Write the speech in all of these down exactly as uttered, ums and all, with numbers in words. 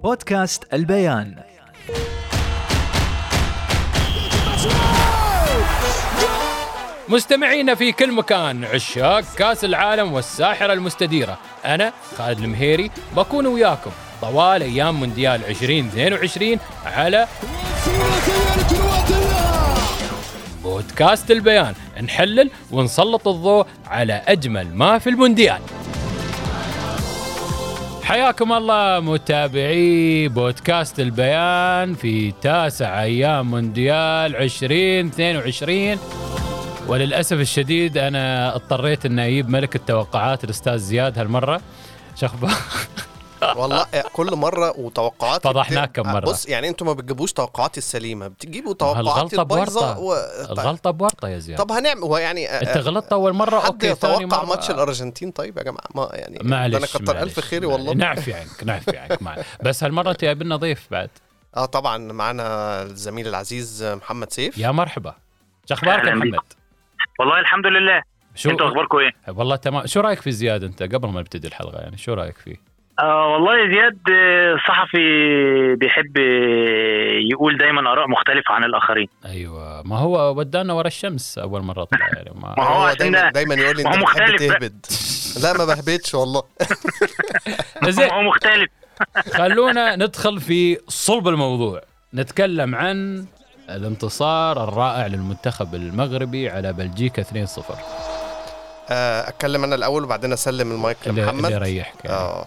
بودكاست البيان. مستمعينا في كل مكان، عشاق كاس العالم والساحرة المستديرة، أنا خالد المهيري بكون وياكم طوال أيام مونديال عشرين اثنين وعشرين على بودكاست البيان، نحلل ونسلط الضوء على أجمل ما في المونديال. حياكم الله متابعي بودكاست البيان في تاسع أيام مونديال عشرين اثنين وعشرين. وللأسف الشديد أنا اضطريت أن أجيب ملك التوقعات الأستاذ زياد هالمرة. شخبار والله كل مرة وتوقعات فضحناك كم مرة. بص يعني أنتم ما بتجيبوش توقعاتي السليمة، بتجيبوا توقعاتي الغلطة البايظة و... الغلطة بورطة يا زياد. طب هنعمل هو يعني أنت غلطت أول مرة، حد أوكي ثاني يتوقع مرة ماتش الأرجنتين؟ طيب يا جماعة ما يعني معلش أنا كتر ألف خيري والله. نعفي عنك نعفي عنك معي. بس هالمرة أنت جايبنا ضيف بعد. آه طبعا معنا الزميل العزيز محمد سيف. يا مرحبا، شو أخبارك يا محمد؟ والله الحمد لله. شو انتوا اخباركم ايه؟ والله تمام. شو رايك في زياد انت قبل ما نبتدي الحلقه؟ يعني شو رايك فيه؟ آه والله زياد صحفي بيحب يقول دايما اراء مختلفه عن الاخرين. ايوه، ما هو ودانا ورا الشمس اول مره طلع يعني ما, ما هو دايما, دايما يقول لي انت بتحب تهبد. لا ما بهبدش والله. هو مختلف. خلونا ندخل في صلب الموضوع، نتكلم عن الانتصار الرائع للمنتخب المغربي على بلجيكا اثنين صفر. اتكلم انا الاول وبعدين اسلم المايك لمحمد. اللي يريحك يعني. آه.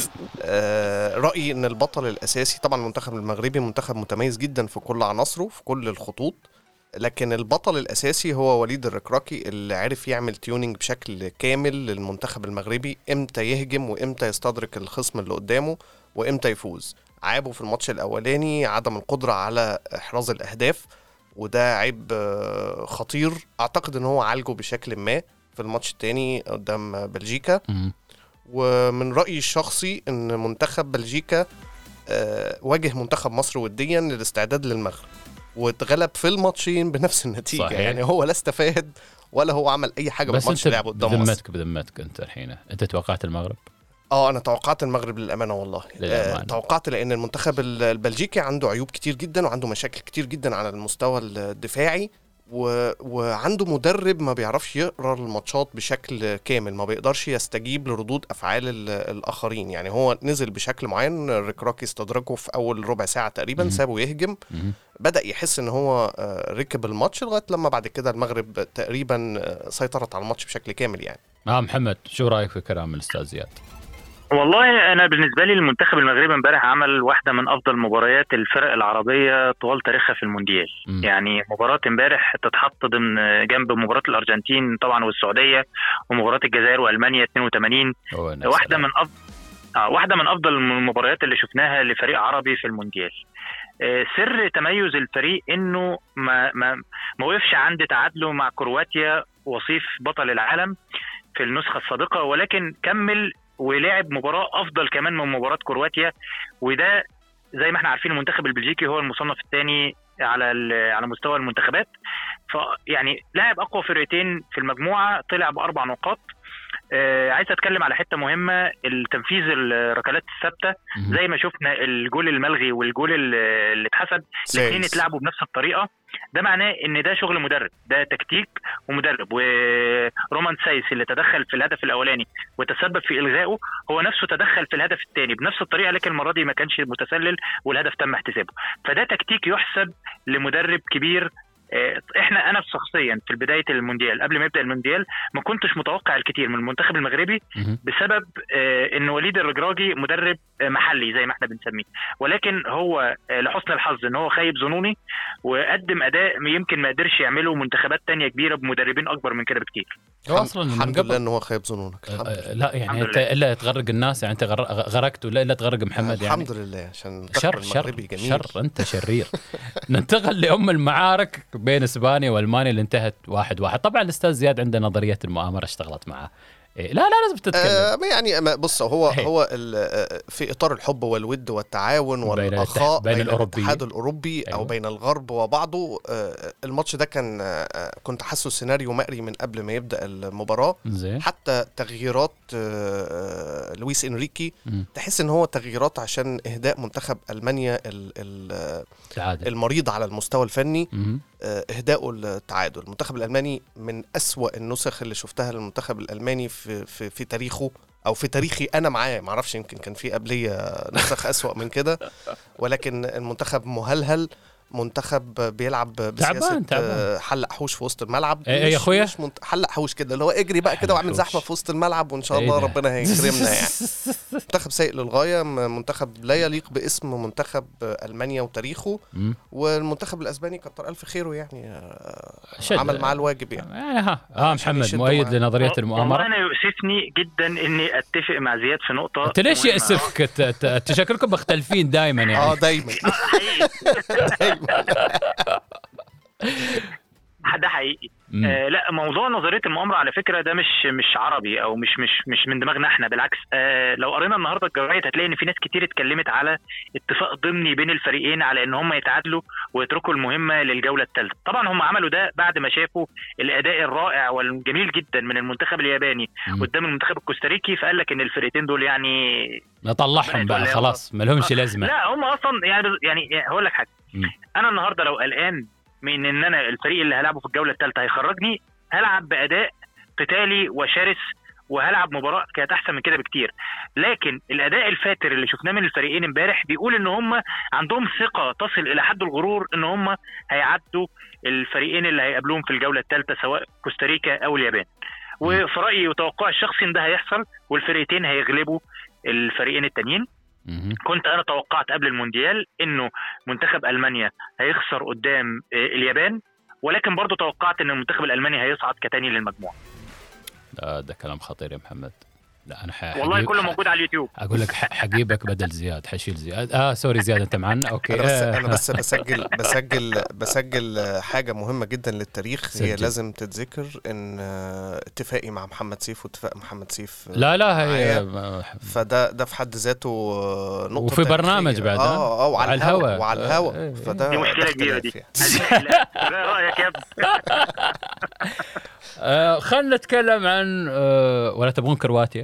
آه رايي ان البطل الاساسي طبعا المنتخب المغربي منتخب متميز جدا في كل عناصره في كل الخطوط، لكن البطل الاساسي هو وليد الركراكي اللي عرف يعمل تيونينج بشكل كامل للمنتخب المغربي، امتى يهجم وامتى يستدرك الخصم اللي قدامه وامتى يفوز. عيبه في الماتش الاولاني عدم القدره على احراز الاهداف، وده عيب خطير. اعتقد ان هو عالجه بشكل ما في الماتش الثاني قدام بلجيكا. ومن رأيي الشخصي ان منتخب بلجيكا واجه منتخب مصر وديا للاستعداد للمغرب واتغلب في الماتشين بنفس النتيجة. صحيح. يعني هو لا استفاد ولا هو عمل اي حاجة بالماتش اللي لعبه قدام مصر. بذمتك بذمتك انت الحين انت توقعت المغرب؟ اه انا توقعت المغرب للامانه والله. آه توقعت لان المنتخب البلجيكي عنده عيوب كتير جدا وعنده مشاكل كتير جدا على المستوى الدفاعي، و... وعنده مدرب ما بيعرفش يقرأ الماتشات بشكل كامل، ما بيقدرش يستجيب لردود أفعال الآخرين. يعني هو نزل بشكل معين، الركراكي استدركه في أول ربع ساعة تقريبا، م- سابه يهجم، م- بدأ يحس إن هو ركب الماتش لغاية لما بعد كده المغرب تقريبا سيطرت على الماتش بشكل كامل. يعني آه محمد شو رأيك في كلام الأستاذ زياد؟ والله أنا بالنسبة لي المنتخب المغربي امبارح عمل واحدة من أفضل مباريات الفرق العربية طوال تاريخها في المونديال. م. يعني مباراة امبارح تتحط ضمن جنب مباراة الأرجنتين طبعا والسعودية ومباراة الجزائر وألمانيا اثنين وثمانين، واحدة من أفضل آه واحدة من أفضل المباريات اللي شفناها لفريق عربي في المونديال. آه سر تميز الفريق إنه ما ما ما وقفش عند تعادله مع كرواتيا وصيف بطل العالم في النسخة السابقة، ولكن كمل ولعب مباراة أفضل كمان من مباراة كرواتيا. وده زي ما احنا عارفين المنتخب البلجيكي هو المصنف الثاني على على مستوى المنتخبات، فيعني لاعب أقوى فرقتين في المجموعة، طلع بأربع نقاط. آه عايز أتكلم على حتة مهمة، التنفيذ الركلات الثابتة زي ما شفنا الجول الملغي والجول اللي اتحسب الاثنين اتلعبوا بنفس الطريقة. ده معناه ان ده شغل مدرب، ده تكتيك ومدرب. ورومان سايس اللي تدخل في الهدف الاولاني وتسبب في الغائه هو نفسه تدخل في الهدف الثاني بنفس الطريقه، لكن المره دي ما كانش متسلل والهدف تم احتسابه. فده تكتيك يحسب لمدرب كبير. احنا انا شخصيا في بدايه المونديال قبل ما يبدا المونديال ما كنتش متوقع الكثير من المنتخب المغربي بسبب ان وليد الركراكي مدرب محلي زي ما احنا بنسميه، ولكن هو لحسن الحظ ان هو خايب ظنوني وقدم اداء يمكن ما قدرش يعمله منتخبات تانية كبيره بمدربين اكبر من كده بكتير. هو اصلا الحمد لله ان هو خايب ظنونك. أه لا يعني انت الا تغرق الناس، يعني انت غرقت ولا الا تغرق محمد. يعني الحمد لله عشان شر شر شر انت شرير. ننتقل لأم المعارك بين اسبانيا والمانيا اللي انتهت واحد واحد. طبعا الاستاذ زياد عنده نظريه المؤامره اشتغلت معه، إيه لا لا لازم تتكلم. آه يعني بص هو هي. هو في اطار الحب والود والتعاون والاخاء بين, بين الأوروبي. الاتحاد الاوروبي أيوة. او بين الغرب وبعضه. آه الماتش ده كان آه كنت حاسه سيناريو مقري من قبل ما يبدا المباراه زي. حتى تغييرات آه لويس انريكي م. تحس ان هو تغييرات عشان اهداء منتخب المانيا ال ال المريض على المستوى الفني م. اهداؤه التعادل. المنتخب الالماني من أسوأ النسخ اللي شفتها للمنتخب الالماني في في في تاريخه او في تاريخي انا معاه، ما اعرفش يمكن كان في قبليه نسخ أسوأ من كده، ولكن المنتخب مهلهل، منتخب بيلعب بسياسه حلق حوش في وسط الملعب. ايه يا اخويا منت... حلق حوش كده اللي هو اجري بقى كده واعمل زحمه في وسط الملعب وان شاء الله ايه ربنا هيكرمنا يعني. منتخب سيء للغايه، منتخب لا يليق باسم منتخب المانيا وتاريخه. م. والمنتخب الاسباني كتر الف خيره يعني عمل معاه الواجب يعني. يعني ها اه محمد مؤيد معاه لنظريه المؤامره. انا يؤسفني جدا اني اتفق مع زياد في نقطه. انت ليش يأسفك؟ تشكلكم مختلفين دائما يعني. اه دايما ده حقيقي. آه لا موضوع نظريه المؤامره على فكره ده مش مش عربي او مش مش مش من دماغنا احنا، بالعكس. آه لو قرينا النهارده الجرايد هتلاقي ان في ناس كتير اتكلمت على اتفاق ضمني بين الفريقين على ان هم يتعادلوا ويتركوا المهمه للجوله الثالثه. طبعا هم عملوا ده بعد ما شافوا الاداء الرائع والجميل جدا من المنتخب الياباني م. قدام المنتخب الكوستاريكي، فقال لك ان الفريقين دول يعني نطلعهم بقى خلاص ما لهمش لازمه. لا هم اصلا يعني يعني هقول لك حاجه، م. انا النهارده لو قلقان من ان انا الفريق اللي هلعبه في الجوله الثالثه هيخرجني، هلعب باداء قتالي وشرس وهلعب مباراه كانت احسن من كده بكتير. لكن الاداء الفاتر اللي شفناه من الفريقين امبارح بيقول ان هم عندهم ثقه تصل الى حد الغرور ان هم هيعدوا الفريقين اللي هيقابلوهم في الجوله الثالثه سواء كوستاريكا او اليابان. وفي رايي وتوقعي الشخصي ان ده هيحصل والفريقين هيغلبوا الفريقين التانيين. كنت انا توقعت قبل المونديال انه منتخب المانيا هيخسر قدام اليابان، ولكن برضو توقعت ان المنتخب الالماني هيصعد كتاني للمجموعه. ده, ده كلام خطير يا محمد. لا انا ح... والله كله موجود على اليوتيوب. اقول لك حجيبك بدل زياد، حشيل زياد. اه سوري زياد انت معنا. اوكي انا بس انا بس بسجل بسجل بسجل حاجه مهمه جدا للتاريخ سجل. هي لازم تتذكر ان اتفاقي مع محمد سيف واتفاق محمد سيف لا لا هي فده ده في حد ذاته نقطه وفي برنامج بعد اه اه على الهواء وعلى الهواء فده دي مشكله كبيره دي. لا رايك يا آه خلنا نتكلم عن آه ولا تبغون كرواتيا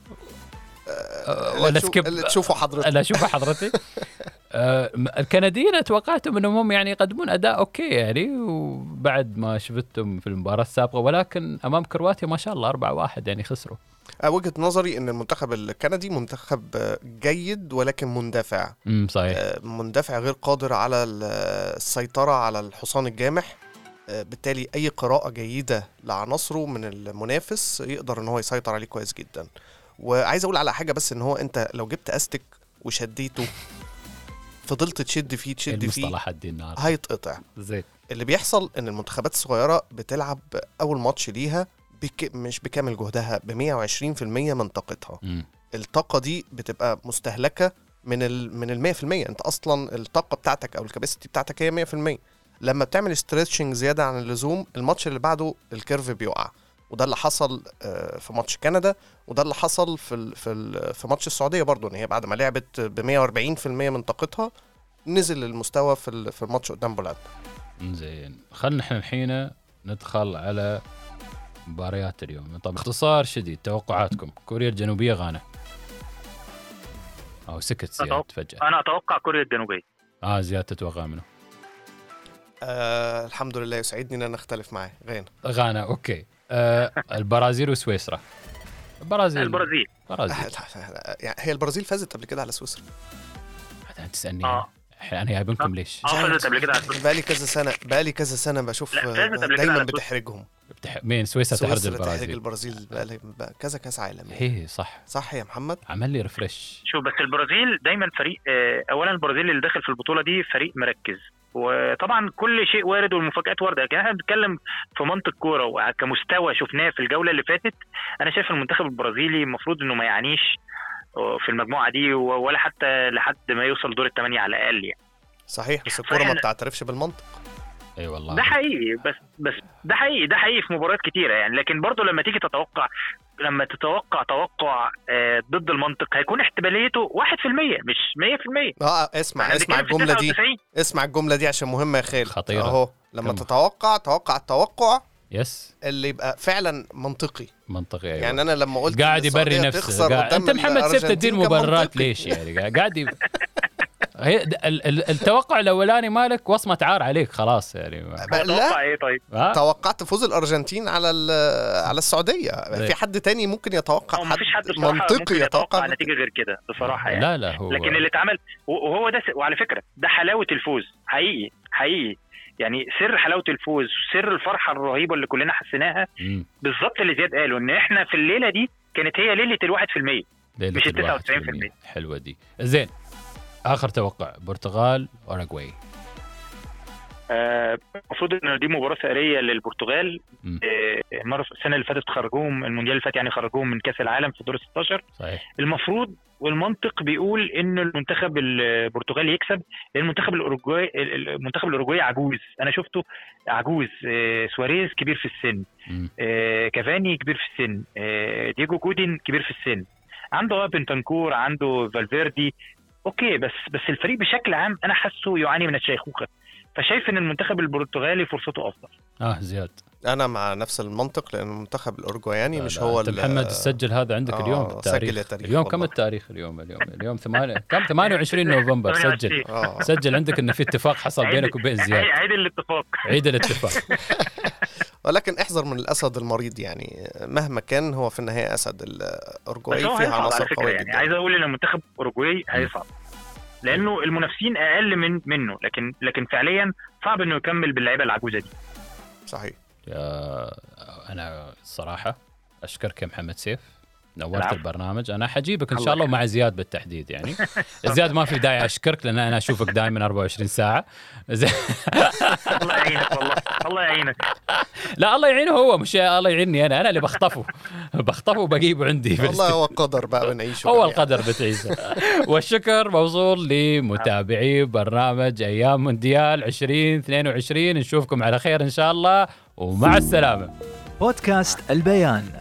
آه ولا سكيب اللي تشوفوا حضرتك. لا شوفوا حضرتك. آه الكنديين توقعتم انهم هم يعني يقدمون اداء اوكي يعني وبعد ما شفتهم في المباراه السابقه، ولكن امام كرواتيا ما شاء الله أربعة واحد يعني خسروا. وجهة نظري ان المنتخب الكندي منتخب جيد ولكن مندفع. امم صحيح. مندفع غير قادر على السيطرة على الحصان الجامح، بالتالي اي قراءة جيدة لعناصره من المنافس يقدر ان هو يسيطر عليه كويس جدا. وعايز اقول على حاجة بس، ان هو انت لو جبت استك وشديته فضلت تشد فيه تشد فيه هيتقطع. زي اللي بيحصل ان المنتخبات الصغيرة بتلعب اول ماتش ليها بك مش بكامل جهدها ب مية وعشرين بالمية من طاقتها. م. الطاقة دي بتبقى مستهلكة من ال من ال مية بالمية. انت اصلا الطاقة بتاعتك او الكاباسيتي بتاعتك هي مية بالمية. لما بتعمل ستريتشنج زيادة عن اللزوم الماتش اللي بعده الكيرف بيوقع، وده اللي حصل في ماتش كندا، وده اللي حصل في ال في ال في ماتش السعودية برضو، ان هي بعد ما لعبت ب مية وأربعين بالمية من طاقتها نزل المستوى في في الماتش قدام بولندا. زين خلينا احنا الحين ندخل على مباريات اليوم. طب باختصار شديد توقعاتكم. كوريا الجنوبية غانا أو سكت زياد فجأة. أنا أتوقع كوريا الجنوبية. آه زياد تتوقع منه؟ آه الحمد لله يسعدني أن أنا أختلف معاه. غانا غانا أوكي. آه البرازيل وسويسرا. البرازيل البرازيل برازيل. يعني هي البرازيل فازت قبل كده على سويسرا. هذا تسألني آه. انا جايبينكم ليش؟ اه فازت قبل كده. بقالي كذا سنه بقالي كذا سنه بشوف دايما بتحرجهم. بتح... مين سويسرا تحرج البرازيل؟ تحرج البرازيل بقالي كذا كاس عالم. ايه صح صح يا محمد. عمل لي ريفرش. شوف بس البرازيل دايما فريق، اولا البرازيل اللي داخل في البطوله دي فريق مركز، وطبعا كل شيء وارد والمفاجآت وارده، لكن احنا بنتكلم في منطق كوره وكمستوى شفناه في الجوله اللي فاتت. انا شايف المنتخب البرازيلي المفروض انه ما يعنيش في المجموعه دي ولا حتى لحد ما يوصل دور الثمانيه على الاقل يعني. صحيح بس الكوره ما بتعترفش بالمنطق. اي أيوة والله ده حقيقي، بس بس ده حقيقي ده حقيقي في مباريات كتيره يعني. لكن برضو لما تيجي تتوقع لما تتوقع توقع آه ضد المنطق هيكون احتماليته واحد في المية مش مية في المية. اه اسمع اسمع الجمله دي، اسمع الجمله دي عشان مهمه يا خالد. خطيره اهو لما كم. تتوقع توقع التوقع يس اللي يبقى فعلا منطقي منطقي. أيوة. يعني انا لما قلت قاعد يبري نفسه قاعد. انت محمد سيف تدين مبررات ليش يعني قاعد ي... هي التوقع الاولاني مالك وصمه عار عليك خلاص يعني. لا ايه طيب آه. توقعت فوز الارجنتين على على السعوديه. في حد تاني ممكن يتوقع؟ حد, حد منطقي يتوقع نتيجه غير كده بصراحه يعني. لا لا هو لكن اللي اتعمل وهو ده س... وعلى فكره ده حلاوه الفوز حقيقي حقيقي يعني. سر حلاوه الفوز سر الفرحه الرهيبه اللي كلنا حسيناها بالظبط اللي زياد قاله ان احنا في الليله دي كانت هي ليله الواحد في المية مش التسعة وتسعين في المية. حلوه دي. زين اخر توقع برتغال اوروغواي. المفروض آه ان دي مباراه ساريه للبرتغال. آه مره السنه اللي فاتت خرجوهم المونديال اللي فات يعني خرجوهم من كاس العالم في دور ستاشر. صحيح. المفروض والمنطق بيقول ان المنتخب البرتغالي يكسب لان المنتخب الاوروغواي المنتخب الاوروغواي عجوز. انا شفته عجوز. آه سواريز كبير في السن. آه كافاني كبير في السن. آه دييجو كودين كبير في السن. عنده بنتنكور عنده فالفيردي اوكي بس بس الفريق بشكل عام انا حاسه يعاني من الشيخوخه. فشايف ان المنتخب البرتغالي فرصته افضل. اه زياد انا مع نفس المنطق لان المنتخب الاورجواياني مش هو انت محمد تسجل هذا عندك آه اليوم التاريخ. التاريخ اليوم كم التاريخ اليوم اليوم اليوم ثمانية كم ثمانية وعشرين نوفمبر. سجل آه. سجل عندك ان في اتفاق حصل بينك وبين زياد. عيد الاتفاق عيد الاتفاق. ولكن احذر من الاسد المريض يعني مهما كان هو في النهايه اسد. الاورجواي فيها عناصر قويه يعني جدا. عايز اقول ان المنتخب الاورجواي هيصعد لانه المنافسين اقل من منه لكن لكن فعليا صعب انه يكمل باللعيبه العجوزه دي. صحيح. يا انا الصراحه اشكرك يا محمد سيف نورت البرنامج. انا حجيبك ان شاء الله ومع زياد بالتحديد يعني. زياد ما في داعي اشكرك لان انا اشوفك دائما أربعة وعشرين ساعه. الله يعينك والله الله يعينك. لا الله يعينه هو مش الله يعيني انا انا اللي بخطفه بخطفه وبجيبه عندي. والله هو القدر بقى بنعيشه. هو القدر بتعيشه. والشكر موصول لمتابعي برنامج ايام مونديال عشرين اثنين وعشرين. نشوفكم على خير ان شاء الله ومع السلامه. بودكاست البيان